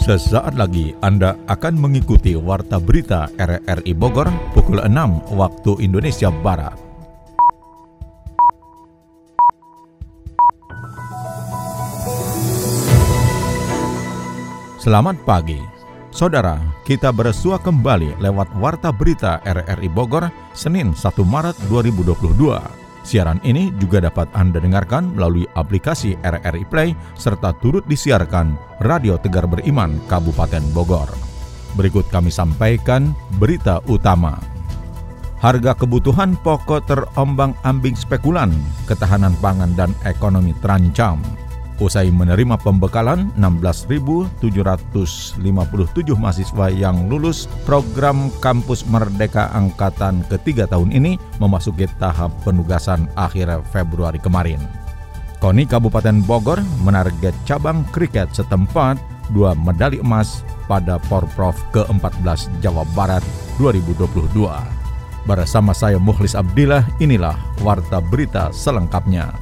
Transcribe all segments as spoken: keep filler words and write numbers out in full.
Sesaat lagi Anda akan mengikuti Warta Berita R R I Bogor pukul enam waktu Indonesia Barat. Selamat pagi, saudara. Kita bersua kembali lewat Warta Berita R R I Bogor Senin satu Maret dua ribu dua puluh dua. Siaran ini juga dapat Anda dengarkan melalui aplikasi R R I Play serta turut disiarkan Radio Tegar Beriman Kabupaten Bogor. Berikut kami sampaikan berita utama. Harga kebutuhan pokok terombang-ambing spekulan, ketahanan pangan dan ekonomi terancam. Usai menerima pembekalan enam belas ribu tujuh ratus lima puluh tujuh mahasiswa yang lulus program Kampus Merdeka Angkatan ketiga tahun ini memasuki tahap penugasan akhir Februari kemarin. KONI Kabupaten Bogor menarget cabang kriket setempat dua medali emas pada Porprov ke empat belas Jawa Barat dua ribu dua puluh dua. Bersama saya Mukhlis Abdillah, inilah Warta Berita selengkapnya.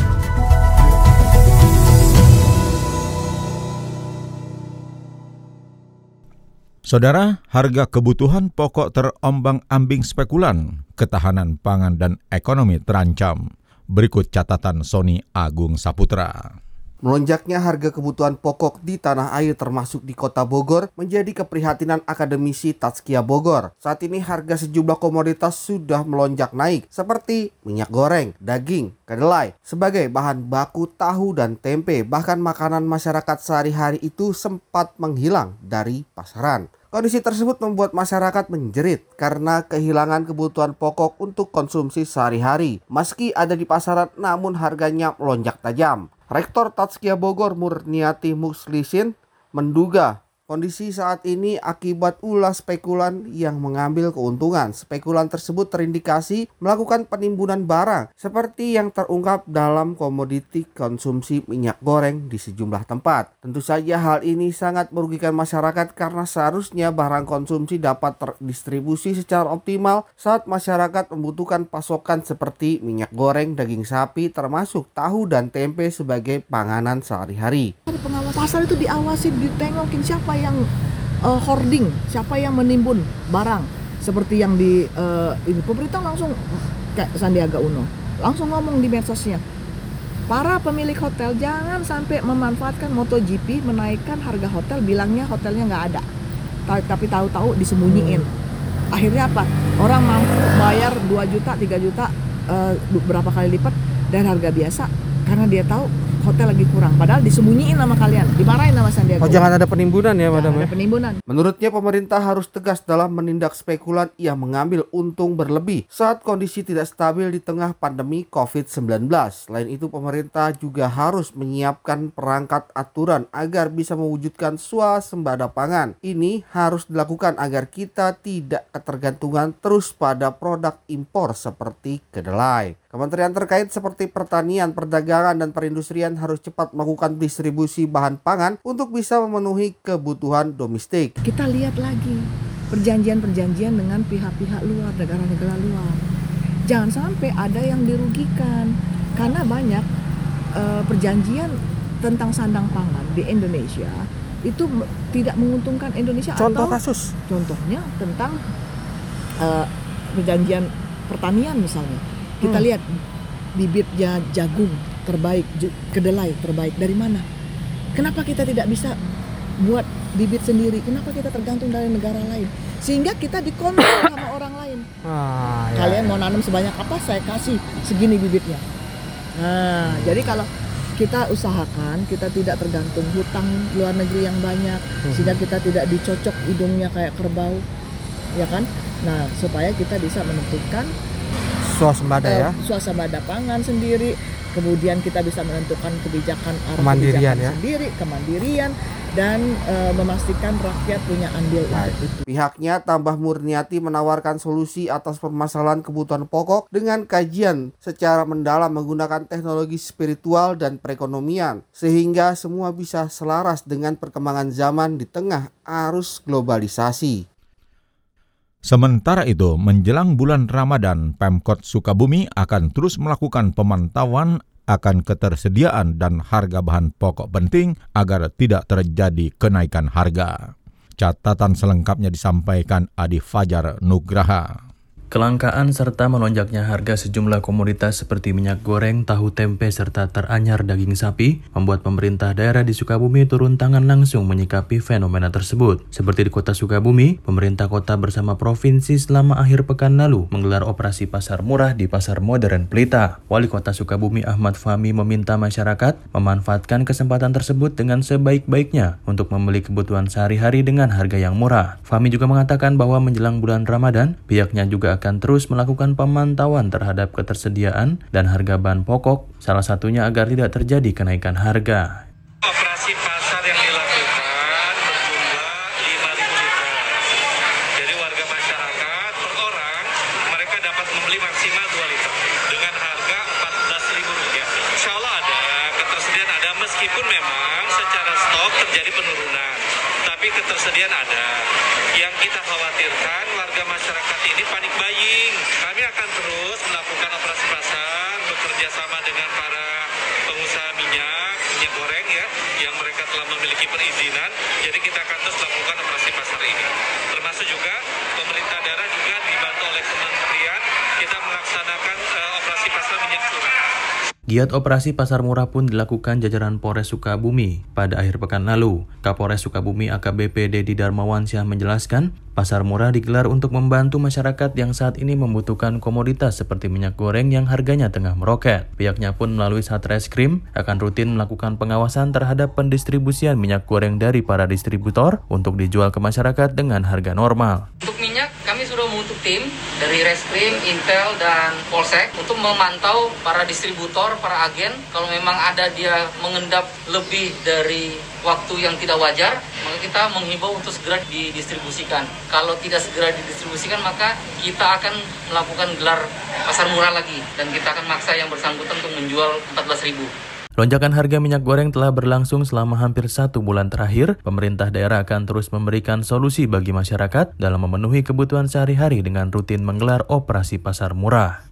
Saudara, harga kebutuhan pokok terombang-ambing spekulan, ketahanan pangan dan ekonomi terancam. Berikut catatan Sony Agung Saputra. Melonjaknya harga kebutuhan pokok di tanah air termasuk di kota Bogor menjadi keprihatinan akademisi Tatskia Bogor. Saat ini harga sejumlah komoditas sudah melonjak naik seperti minyak goreng, daging, kedelai sebagai bahan baku tahu dan tempe. Bahkan makanan masyarakat sehari-hari itu sempat menghilang dari pasaran. Kondisi tersebut membuat masyarakat menjerit karena kehilangan kebutuhan pokok untuk konsumsi sehari-hari. Meski ada di pasaran namun harganya melonjak tajam. Rektor Tatskia Bogor Murniati Muslisin menduga kondisi saat ini akibat ulah spekulan yang mengambil keuntungan. Spekulan tersebut terindikasi melakukan penimbunan barang seperti yang terungkap dalam komoditi konsumsi minyak goreng di sejumlah tempat. Tentu saja hal ini sangat merugikan masyarakat karena seharusnya barang konsumsi dapat terdistribusi secara optimal saat masyarakat membutuhkan pasokan seperti minyak goreng, daging sapi, termasuk tahu dan tempe sebagai panganan sehari-hari. Pengawas pasar itu diawasi, ditengokin siapa yang uh, hoarding, siapa yang menimbun barang seperti yang di uh, ini pemerintah langsung kayak Sandiaga Uno langsung ngomong di medsosnya, para pemilik hotel jangan sampai memanfaatkan MotoGP menaikkan harga hotel, bilangnya hotelnya nggak ada, tapi tahu-tahu disembunyiin. Akhirnya apa? Orang mampu bayar dua juta, tiga juta, uh, berapa kali lipat dari harga biasa karena dia tahu hotel lagi kurang, padahal disembunyiin sama kalian, dimarahin sama Sandiaga. Oh, jangan ada penimbunan ya, Madam. Ada penimbunan. Menurutnya pemerintah harus tegas dalam menindak spekulan yang mengambil untung berlebih saat kondisi tidak stabil di tengah pandemi covid sembilan belas. Selain itu, pemerintah juga harus menyiapkan perangkat aturan agar bisa mewujudkan swasembada pangan. Ini harus dilakukan agar kita tidak ketergantungan terus pada produk impor seperti kedelai. Kementerian terkait seperti pertanian, perdagangan, dan perindustrian harus cepat melakukan distribusi bahan pangan untuk bisa memenuhi kebutuhan domestik. Kita lihat lagi perjanjian-perjanjian dengan pihak-pihak luar, negara-negara luar. Jangan sampai ada yang dirugikan karena banyak uh, perjanjian tentang sandang pangan di Indonesia itu tidak menguntungkan Indonesia. Contoh atau kasus? Contohnya tentang uh, perjanjian pertanian misalnya. Kita hmm. lihat bibitnya jagung terbaik, kedelai terbaik dari mana? Kenapa kita tidak bisa buat bibit sendiri? Kenapa kita tergantung dari negara lain? Sehingga kita dikontrol sama orang lain. Ah, ya. Kalian mau nanam sebanyak apa? Saya kasih segini bibitnya. Nah, jadi kalau kita usahakan, kita tidak tergantung hutang luar negeri yang banyak, hmm. sehingga kita tidak dicocok hidungnya kayak kerbau, ya kan? Nah, supaya kita bisa menentukan swasembada uh, ya, swasembada pangan sendiri, kemudian kita bisa menentukan kebijakan kemandirian ya, sendiri, kemandirian dan uh, memastikan rakyat punya andil nah, untuk itu. Pihaknya tambah Murniati menawarkan solusi atas permasalahan kebutuhan pokok dengan kajian secara mendalam menggunakan teknologi spiritual dan perekonomian sehingga semua bisa selaras dengan perkembangan zaman di tengah arus globalisasi. Sementara itu, menjelang bulan Ramadan, Pemkot Sukabumi akan terus melakukan pemantauan akan ketersediaan dan harga bahan pokok penting agar tidak terjadi kenaikan harga. Catatan selengkapnya disampaikan Adi Fajar Nugraha. Kelangkaan serta melonjaknya harga sejumlah komoditas seperti minyak goreng, tahu tempe, serta teranyar daging sapi membuat pemerintah daerah di Sukabumi turun tangan langsung menyikapi fenomena tersebut. Seperti di kota Sukabumi, pemerintah kota bersama provinsi selama akhir pekan lalu menggelar operasi pasar murah di Pasar Modern Pelita. Wali Kota Sukabumi Ahmad Fahmi meminta masyarakat memanfaatkan kesempatan tersebut dengan sebaik-baiknya untuk membeli kebutuhan sehari-hari dengan harga yang murah. Fahmi juga mengatakan bahwa menjelang bulan Ramadan, pihaknya juga akan terus melakukan pemantauan terhadap ketersediaan dan harga bahan pokok, salah satunya agar tidak terjadi kenaikan harga. Operasi pasar yang dilakukan berjumlah lima ribu liter. Jadi warga masyarakat per orang mereka dapat membeli maksimal dua liter dengan harga empat belas ribu rupiah. Insya Allah ada ketersediaan ada meskipun memang secara stok terjadi penurunan, tapi ketersediaan ada. Yang kita khawatirkan warga masyarakat ini panik buying. Kami akan terus melakukan operasi pasar bekerja sama dengan para pengusaha minyak, minyak goreng ya, yang mereka telah memiliki perizinan. Jadi kita akan terus melakukan operasi pasar ini. Termasuk juga pemerintah daerah juga dibantu oleh kementerian kita melaksanakan uh, operasi pasar minyak curah. Giat operasi pasar murah pun dilakukan jajaran Polres Sukabumi pada akhir pekan lalu. Kapolres Sukabumi A K B P Dedi Darmawansyah menjelaskan, pasar murah digelar untuk membantu masyarakat yang saat ini membutuhkan komoditas seperti minyak goreng yang harganya tengah meroket. Pihaknya pun melalui Satreskrim akan rutin melakukan pengawasan terhadap pendistribusian minyak goreng dari para distributor untuk dijual ke masyarakat dengan harga normal. Untuk minyak, kami sudah membentuk tim dari Reskrim, Intel, dan Polsek untuk memantau para distributor, para agen. Kalau memang ada dia mengendap lebih dari waktu yang tidak wajar, maka kita menghimbau untuk segera didistribusikan. Kalau tidak segera didistribusikan, maka kita akan melakukan gelar pasar murah lagi dan kita akan maksa yang bersangkutan untuk menjual empat belas ribu. Lonjakan harga minyak goreng telah berlangsung selama hampir satu bulan terakhir. Pemerintah daerah akan terus memberikan solusi bagi masyarakat dalam memenuhi kebutuhan sehari-hari dengan rutin menggelar operasi pasar murah.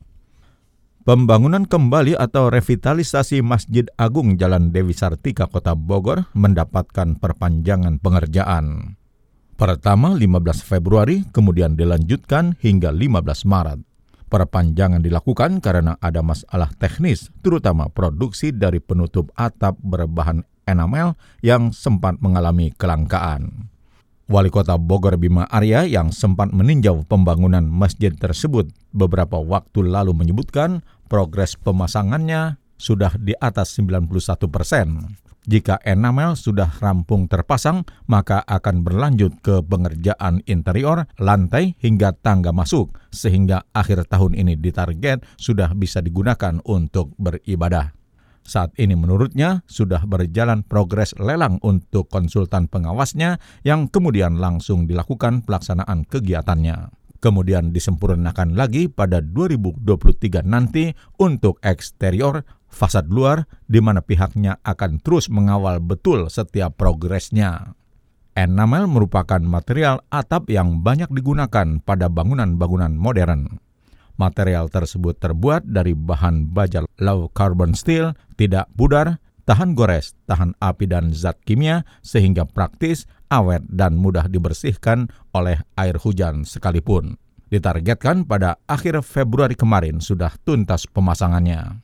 Pembangunan kembali atau revitalisasi Masjid Agung Jalan Dewi Sartika, Kota Bogor mendapatkan perpanjangan pengerjaan. Pertama lima belas Februari, kemudian dilanjutkan hingga lima belas Maret. Perpanjangan dilakukan karena ada masalah teknis, terutama produksi dari penutup atap berbahan enamel yang sempat mengalami kelangkaan. Wali Kota Bogor Bima Arya yang sempat meninjau pembangunan masjid tersebut beberapa waktu lalu menyebutkan progres pemasangannya sudah di atas sembilan puluh satu persen. Jika enamel sudah rampung terpasang, maka akan berlanjut ke pengerjaan interior, lantai hingga tangga masuk, sehingga akhir tahun ini ditarget sudah bisa digunakan untuk beribadah. Saat ini menurutnya sudah berjalan progres lelang untuk konsultan pengawasnya yang kemudian langsung dilakukan pelaksanaan kegiatannya. Kemudian disempurnakan lagi pada dua ribu dua puluh tiga nanti untuk eksterior, fasad luar, di mana pihaknya akan terus mengawal betul setiap progresnya. Enamel merupakan material atap yang banyak digunakan pada bangunan-bangunan modern. Material tersebut terbuat dari bahan baja low carbon steel, tidak pudar, tahan gores, tahan api dan zat kimia, sehingga praktis, awet, dan mudah dibersihkan oleh air hujan sekalipun. Ditargetkan pada akhir Februari kemarin sudah tuntas pemasangannya.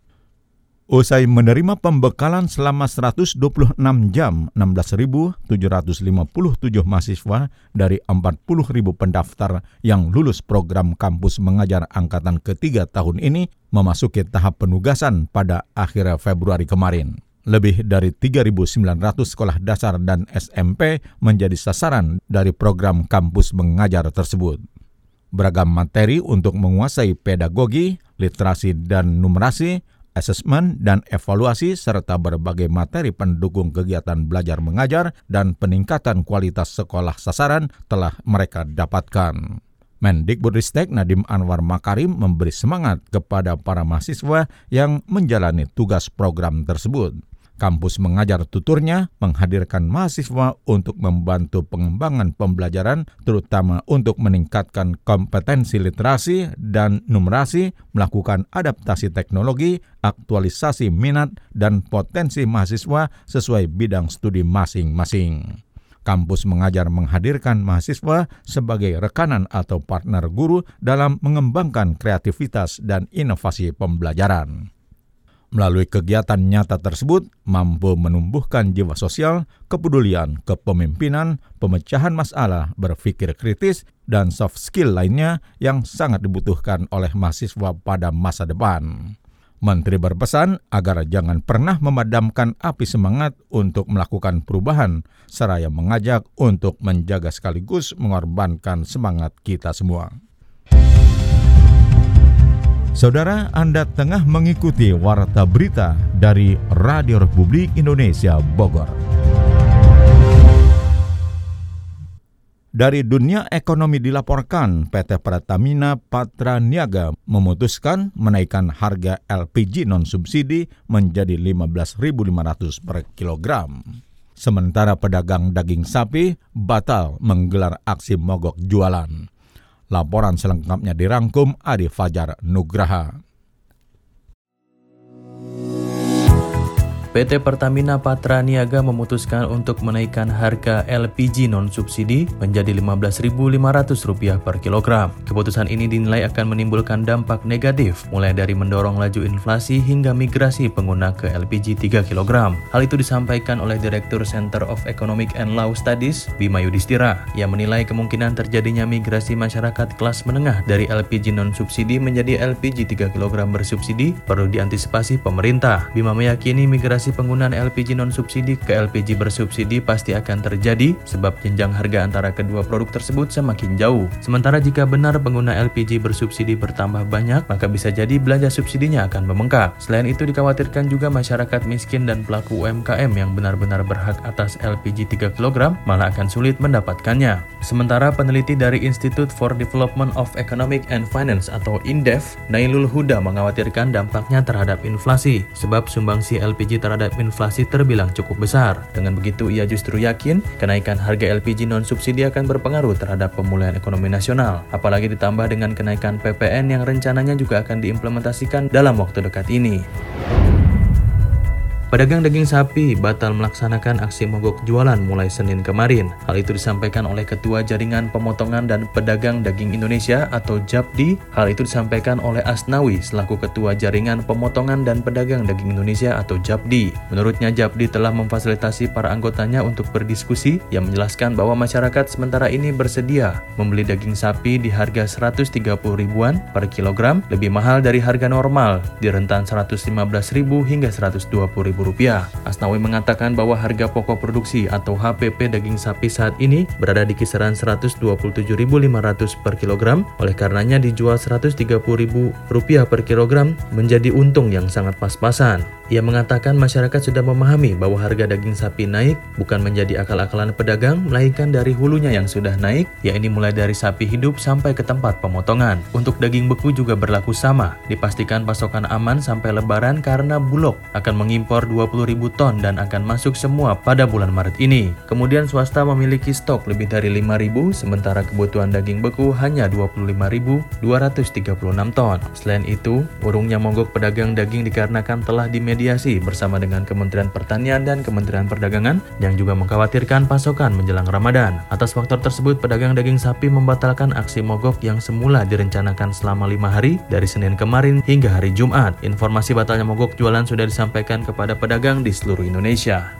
Usai menerima pembekalan selama seratus dua puluh enam jam, enam belas ribu tujuh ratus lima puluh tujuh mahasiswa dari empat puluh ribu pendaftar yang lulus program kampus mengajar angkatan ketiga tahun ini memasuki tahap penugasan pada akhir Februari kemarin. Lebih dari tiga ribu sembilan ratus sekolah dasar dan S M P menjadi sasaran dari program kampus mengajar tersebut. Beragam materi untuk menguasai pedagogi, literasi dan numerasi, asesmen dan evaluasi, serta berbagai materi pendukung kegiatan belajar mengajar dan peningkatan kualitas sekolah sasaran telah mereka dapatkan. Mendikbudristek Nadiem Anwar Makarim memberi semangat kepada para mahasiswa yang menjalani tugas program tersebut. Kampus Mengajar tuturnya menghadirkan mahasiswa untuk membantu pengembangan pembelajaran, terutama untuk meningkatkan kompetensi literasi dan numerasi, melakukan adaptasi teknologi, aktualisasi minat, dan potensi mahasiswa sesuai bidang studi masing-masing. Kampus Mengajar menghadirkan mahasiswa sebagai rekanan atau partner guru dalam mengembangkan kreativitas dan inovasi pembelajaran. Melalui kegiatan nyata tersebut, mampu menumbuhkan jiwa sosial, kepedulian, kepemimpinan, pemecahan masalah, berpikir kritis, dan soft skill lainnya yang sangat dibutuhkan oleh mahasiswa pada masa depan. Menteri berpesan agar jangan pernah memadamkan api semangat untuk melakukan perubahan, seraya mengajak untuk menjaga sekaligus mengorbankan semangat kita semua. Saudara, Anda tengah mengikuti Warta Berita dari Radio Republik Indonesia Bogor. Dari dunia ekonomi dilaporkan, P T Pertamina Patraniaga memutuskan menaikkan harga L P G non-subsidi menjadi lima belas ribu lima ratus per kilogram. Sementara pedagang daging sapi batal menggelar aksi mogok jualan. Laporan selengkapnya dirangkum Adi Fajar Nugraha. P T Pertamina Patraniaga memutuskan untuk menaikkan harga L P G non-subsidi menjadi lima belas ribu lima ratus rupiah per kilogram. Keputusan ini dinilai akan menimbulkan dampak negatif, mulai dari mendorong laju inflasi hingga migrasi pengguna ke L P G tiga kilogram. Hal itu disampaikan oleh Direktur Center of Economic and Law Studies, Bima Yudhistira. Ia menilai kemungkinan terjadinya migrasi masyarakat kelas menengah dari L P G non-subsidi menjadi L P G tiga kilogram bersubsidi perlu diantisipasi pemerintah. Bima meyakini migrasi penggunaan L P G non-subsidi ke L P G bersubsidi pasti akan terjadi sebab jenjang harga antara kedua produk tersebut semakin jauh. Sementara jika benar pengguna L P G bersubsidi bertambah banyak, maka bisa jadi belanja subsidinya akan membengkak. Selain itu dikhawatirkan juga masyarakat miskin dan pelaku U M K M yang benar-benar berhak atas L P G tiga kilogram malah akan sulit mendapatkannya. Sementara peneliti dari Institute for Development of Economic and Finance atau INDEF, Nailul Huda mengkhawatirkan dampaknya terhadap inflasi sebab sumbangsi L P G terhadap inflasi terbilang cukup besar. Dengan begitu, ia justru yakin kenaikan harga L P G non-subsidi akan berpengaruh terhadap pemulihan ekonomi nasional. Apalagi ditambah dengan kenaikan P P N yang rencananya juga akan diimplementasikan dalam waktu dekat ini. Pedagang daging sapi batal melaksanakan aksi mogok jualan mulai Senin kemarin. Hal itu disampaikan oleh Ketua Jaringan Pemotongan dan Pedagang Daging Indonesia atau JAPDI. Hal itu disampaikan oleh Asnawi selaku Ketua Jaringan Pemotongan dan Pedagang Daging Indonesia atau JAPDI. Menurutnya, JAPDI telah memfasilitasi para anggotanya untuk berdiskusi yang menjelaskan bahwa masyarakat sementara ini bersedia membeli daging sapi di harga seratus tiga puluh ribuan per kilogram, lebih mahal dari harga normal di rentan seratus lima belas ribu hingga seratus dua puluh ribu rupiah. Asnawi mengatakan bahwa harga pokok produksi atau H P P daging sapi saat ini berada di kisaran seratus dua puluh tujuh ribu lima ratus per kilogram, oleh karenanya dijual seratus tiga puluh ribu rupiah per kilogram menjadi untung yang sangat pas-pasan. Ia mengatakan masyarakat sudah memahami bahwa harga daging sapi naik bukan menjadi akal-akalan pedagang, melainkan dari hulunya yang sudah naik, yakni mulai dari sapi hidup sampai ke tempat pemotongan. Untuk daging beku juga berlaku sama, dipastikan pasokan aman sampai lebaran karena Bulog akan mengimpor dua puluh ribu ton dan akan masuk semua pada bulan Maret ini. Kemudian swasta memiliki stok lebih dari lima ribu, sementara kebutuhan daging beku hanya dua puluh lima ribu dua ratus tiga puluh enam ton. Selain itu, urungnya mogok pedagang daging dikarenakan telah dimediasi bersama dengan Kementerian Pertanian dan Kementerian Perdagangan yang juga mengkhawatirkan pasokan menjelang Ramadan. Atas faktor tersebut, pedagang daging sapi membatalkan aksi mogok yang semula direncanakan selama lima hari dari Senin kemarin hingga hari Jumat. Informasi batalnya mogok jualan sudah disampaikan kepada pedagang di seluruh Indonesia.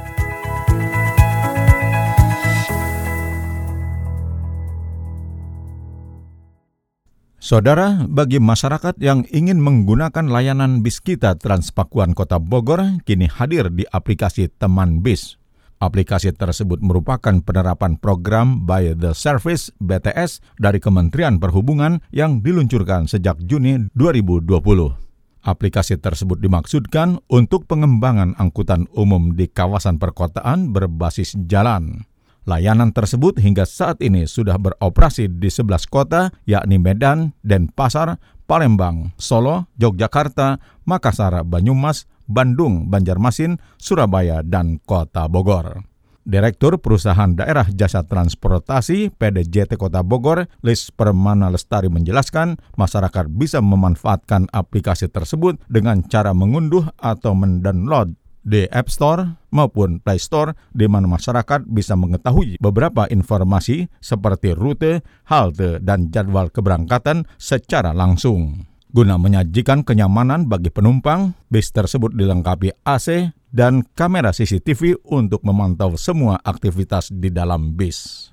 Saudara, bagi masyarakat yang ingin menggunakan layanan bis kita Transpakuan Kota Bogor, kini hadir di aplikasi Teman Bis. Aplikasi tersebut merupakan penerapan program By the Service B T S dari Kementerian Perhubungan yang diluncurkan sejak Juni dua ribu dua puluh. Aplikasi tersebut dimaksudkan untuk pengembangan angkutan umum di kawasan perkotaan berbasis jalan. Layanan tersebut hingga saat ini sudah beroperasi di sebelas kota, yakni Medan, Denpasar, Palembang, Solo, Yogyakarta, Makassar, Banyumas, Bandung, Banjarmasin, Surabaya, dan Kota Bogor. Direktur Perusahaan Daerah Jasa Transportasi P D J T Kota Bogor, Lis Permana Lestari menjelaskan, masyarakat bisa memanfaatkan aplikasi tersebut dengan cara mengunduh atau mendownload di App Store maupun Play Store, di mana masyarakat bisa mengetahui beberapa informasi seperti rute, halte, dan jadwal keberangkatan secara langsung. Guna menyajikan kenyamanan bagi penumpang, bis tersebut dilengkapi A C dan kamera C C T V untuk memantau semua aktivitas di dalam bis.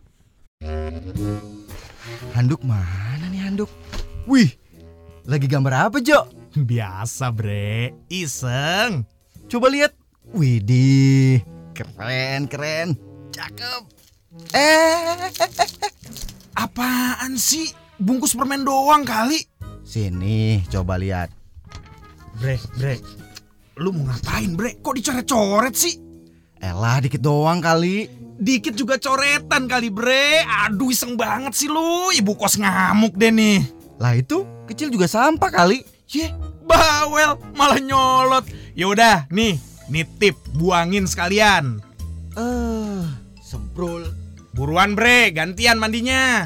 Handuk mana nih handuk? Wih, lagi gambar apa, Jo? Biasa, bre, iseng. Coba lihat. Widih, keren, keren, cakep. Eh, apaan sih? Bungkus permen doang kali. Sini, coba lihat. Bre, bre, lu mau ngapain, bre? Kok dicoret-coret sih? Elah, dikit doang kali. Dikit juga coretan kali, bre. Aduh, iseng banget sih lu. Ibu kos ngamuk deh nih. Lah itu, kecil juga sampah kali. Yeh, bawel, malah nyolot. Yaudah, nih, nitip, buangin sekalian. Eh, uh, semprol. Buruan, bre, gantian mandinya.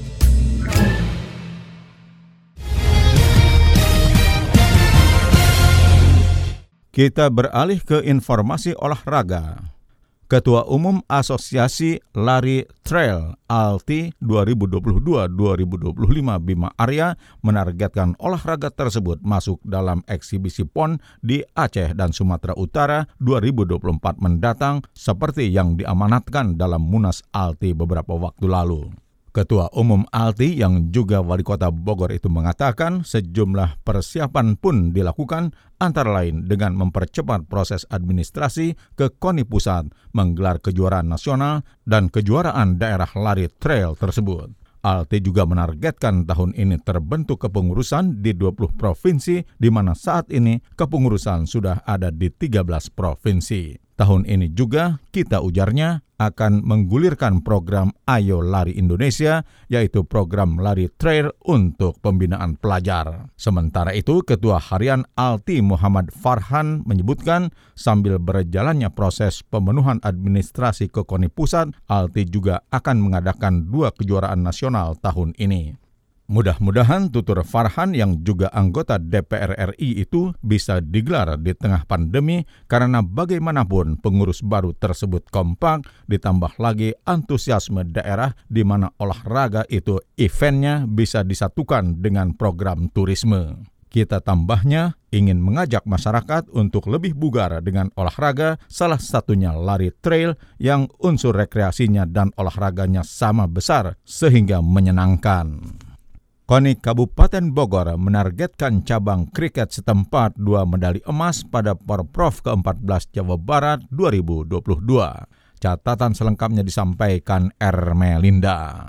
Kita beralih ke informasi olahraga. Ketua Umum Asosiasi Lari Trail A L T dua ribu dua puluh dua dua ribu dua puluh lima Bima Arya menargetkan olahraga tersebut masuk dalam eksibisi P O N di Aceh dan Sumatera Utara dua ribu dua puluh empat mendatang seperti yang diamanatkan dalam Munas A L T beberapa waktu lalu. Ketua Umum A L T yang juga Wali Kota Bogor itu mengatakan sejumlah persiapan pun dilakukan antara lain dengan mempercepat proses administrasi ke KONI Pusat menggelar kejuaraan nasional dan kejuaraan daerah lari trail tersebut. A L T juga menargetkan tahun ini terbentuk kepengurusan di dua puluh provinsi, di mana saat ini kepengurusan sudah ada di tiga belas provinsi. Tahun ini juga kita ujarnya akan menggulirkan program Ayo Lari Indonesia, yaitu program lari trail untuk pembinaan pelajar. Sementara itu, Ketua Harian A L T Muhammad Farhan menyebutkan sambil berjalannya proses pemenuhan administrasi ke KONI Pusat, A L T juga akan mengadakan dua kejuaraan nasional tahun ini. Mudah-mudahan tutur Farhan yang juga anggota D P R R I itu bisa digelar di tengah pandemi karena bagaimanapun pengurus baru tersebut kompak, ditambah lagi antusiasme daerah di mana olahraga itu eventnya bisa disatukan dengan program turisme. Kita tambahnya ingin mengajak masyarakat untuk lebih bugar dengan olahraga, salah satunya lari trail yang unsur rekreasinya dan olahraganya sama besar sehingga menyenangkan. KONI Kabupaten Bogor menargetkan cabang kriket setempat dua medali emas pada Porprov ke empat belas Jawa Barat dua ribu dua puluh dua. Catatan selengkapnya disampaikan Ermelinda.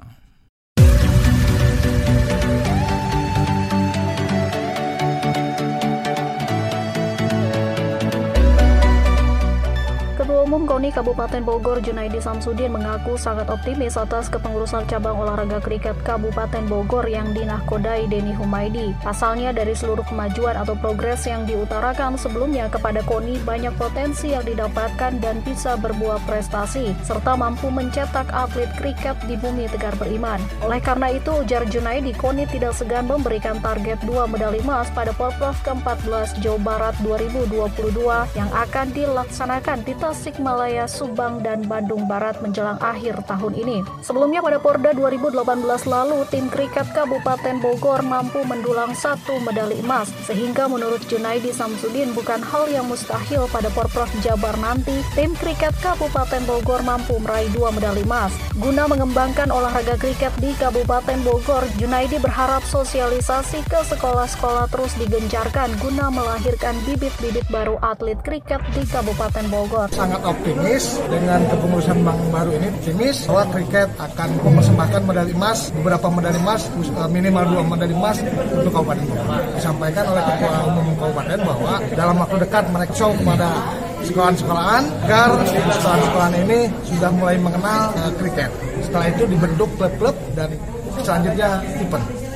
Ketua Umum KONI Kabupaten Bogor Junaidi Samsudin mengaku sangat optimis atas kepengurusan cabang olahraga kriket Kabupaten Bogor yang dinahkodai Denny Humaydi. Pasalnya dari seluruh kemajuan atau progres yang diutarakan sebelumnya kepada KONI, banyak potensi yang didapatkan dan bisa berbuah prestasi, serta mampu mencetak atlet kriket di bumi Tegar Beriman. Oleh karena itu, ujar Junaidi, KONI tidak segan memberikan target dua medali emas pada Porprov ke empat belas Jawa Barat dua ribu dua puluh dua yang akan dilaksanakan di Tasikmalaya, Subang, dan Bandung Barat menjelang akhir tahun ini. Sebelumnya pada Porda dua ribu delapan belas lalu, tim kriket Kabupaten Bogor mampu mendulang satu medali emas, sehingga menurut Junaidi Samsudin bukan hal yang mustahil pada Porprov Jabar nanti, tim kriket Kabupaten Bogor mampu meraih dua medali emas. Guna mengembangkan olahraga kriket di Kabupaten Bogor, Junaidi berharap sosialisasi ke sekolah-sekolah terus digencarkan guna melahirkan bibit-bibit baru atlet kriket di Kabupaten Bogor. Sangat optimis dengan kepengurusan bank baru ini, optimis bahwa kriket akan mempersembahkan medali emas, beberapa medali emas, minimal dua medali emas untuk Kabupaten Bogor. Disampaikan oleh Ketua Umum Kabupaten bahwa dalam waktu dekat mereka show kepada sekolah-sekolahan agar sekolah-sekolahan ini sudah mulai mengenal uh, kriket. Setelah itu dibentuk klub-klub dan selanjutnya event.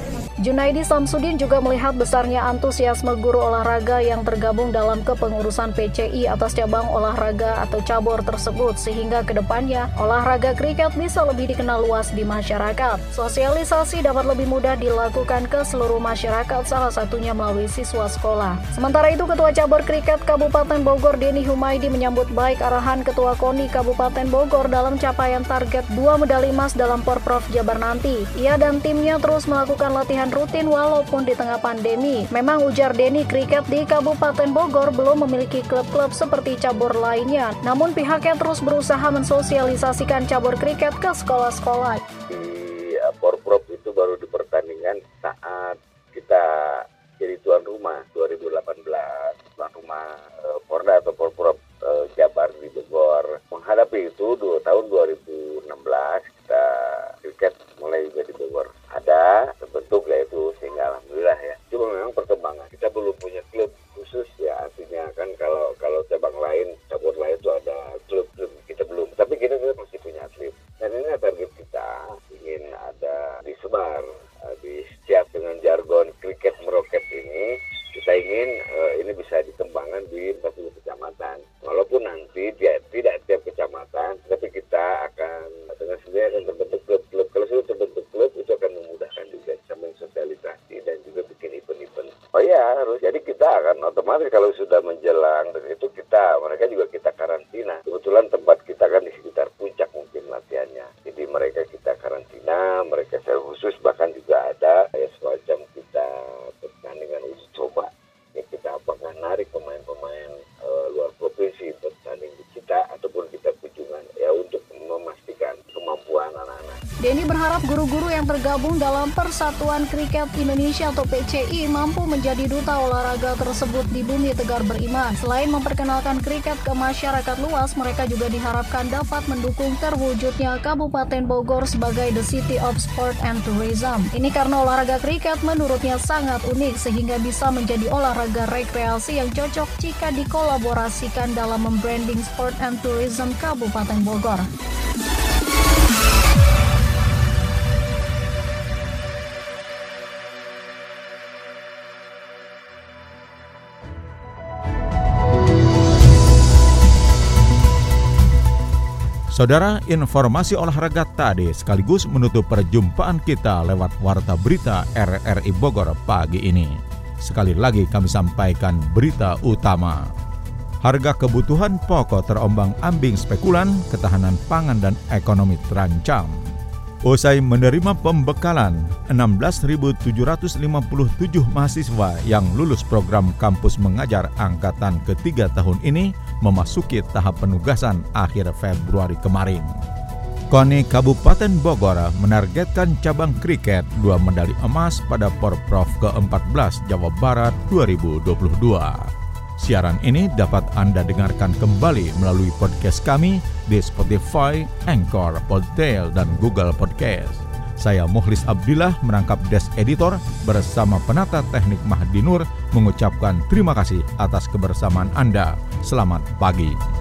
Junaidi Samsudin juga melihat besarnya antusiasme guru olahraga yang tergabung dalam kepengurusan P C I atas cabang olahraga atau cabur tersebut, sehingga kedepannya olahraga kriket bisa lebih dikenal luas di masyarakat. Sosialisasi dapat lebih mudah dilakukan ke seluruh masyarakat, salah satunya melalui siswa sekolah. Sementara itu, Ketua Cabur Kriket Kabupaten Bogor Denny Humaydi menyambut baik arahan Ketua KONI Kabupaten Bogor dalam capaian target dua medali emas dalam Porprov Jabar nanti. Ia dan timnya terus melakukan latihan rutin walaupun di tengah pandemi. Memang, ujar Denny, kriket di Kabupaten Bogor belum memiliki klub-klub seperti cabur lainnya. Namun pihaknya terus berusaha mensosialisasikan cabur kriket ke sekolah-sekolah. Di uh, Porprov itu baru di pertandingan saat kita jadi tuan rumah dua ribu delapan belas, tuan rumah uh, Porda atau Porprov uh, Jabar di Bogor. Menghadapi itu dua tahun dua ribu enam belas kita kriket mulai juga di Bogor ada terbentuk lah itu, sehingga alhamdulillah ya. Cuma memang perkembangan kita belum punya klub khusus ya, artinya kan kalau kalau cabang lain, cabur lain itu ada klub-klub, kita belum. Tapi kita juga masih punya atlet. Dan ini target kita ingin ada disebar uh, di setiap dengan jargon kriket meroket ini, kita ingin uh, ini bisa dikembangkan di empat puluh kecamatan. Walaupun nanti dia tidak tiap kecamatan, tapi kita akan dengan sendiri akan terbentuk klub-klub. Kalau sudah terbentuk klub, itu akan memudahkan juga sambil sosialisasi dan juga bikin event-event. Oh ya, harus. Jadi kita akan otomatis kalau sudah menjelang dan itu kita, mereka juga kita karantina. Kebetulan tempat kita kan di sekitar puncak mungkin latihannya. Jadi mereka kita karantina, mereka secara khusus bahkan juga ada ya semacam kita pertandingan uji coba. Ya kita apakah narik pemain-pemain uh, luar provinsi bertanding di kita ataupun kita kunjungan ya untuk memastikan kemampuan anak-anak. Denny berharap guru-guru yang tergabung dalam Persatuan Kriket Indonesia atau P C I mampu menjadi duta olahraga tersebut di bumi tegar beriman. Selain memperkenalkan kriket ke masyarakat luas, mereka juga diharapkan dapat mendukung terwujudnya Kabupaten Bogor sebagai The City of Sport and Tourism. Ini karena olahraga kriket menurutnya sangat unik sehingga bisa menjadi olahraga rekreasi yang cocok jika dikolaborasikan dalam membranding sport and tourism Kabupaten Bogor. Saudara, informasi olahraga tadi sekaligus menutup perjumpaan kita lewat Warta Berita R R I Bogor pagi ini. Sekali lagi kami sampaikan berita utama. Harga kebutuhan pokok terombang-ambing spekulan, ketahanan pangan dan ekonomi terancam. Usai menerima pembekalan, enam belas ribu tujuh ratus lima puluh tujuh mahasiswa yang lulus program kampus mengajar angkatan ketiga tahun ini memasuki tahap penugasan akhir Februari kemarin. KONI Kabupaten Bogor menargetkan cabang kriket dua medali emas pada Porprov ke empat belas Jawa Barat dua ribu dua puluh dua. Siaran ini dapat Anda dengarkan kembali melalui podcast kami di Spotify, Anchor, Podtail, dan Google Podcast. Saya Mukhlis Abdillah merangkap desk editor bersama penata teknik Mahdi Nur mengucapkan terima kasih atas kebersamaan Anda. Selamat pagi.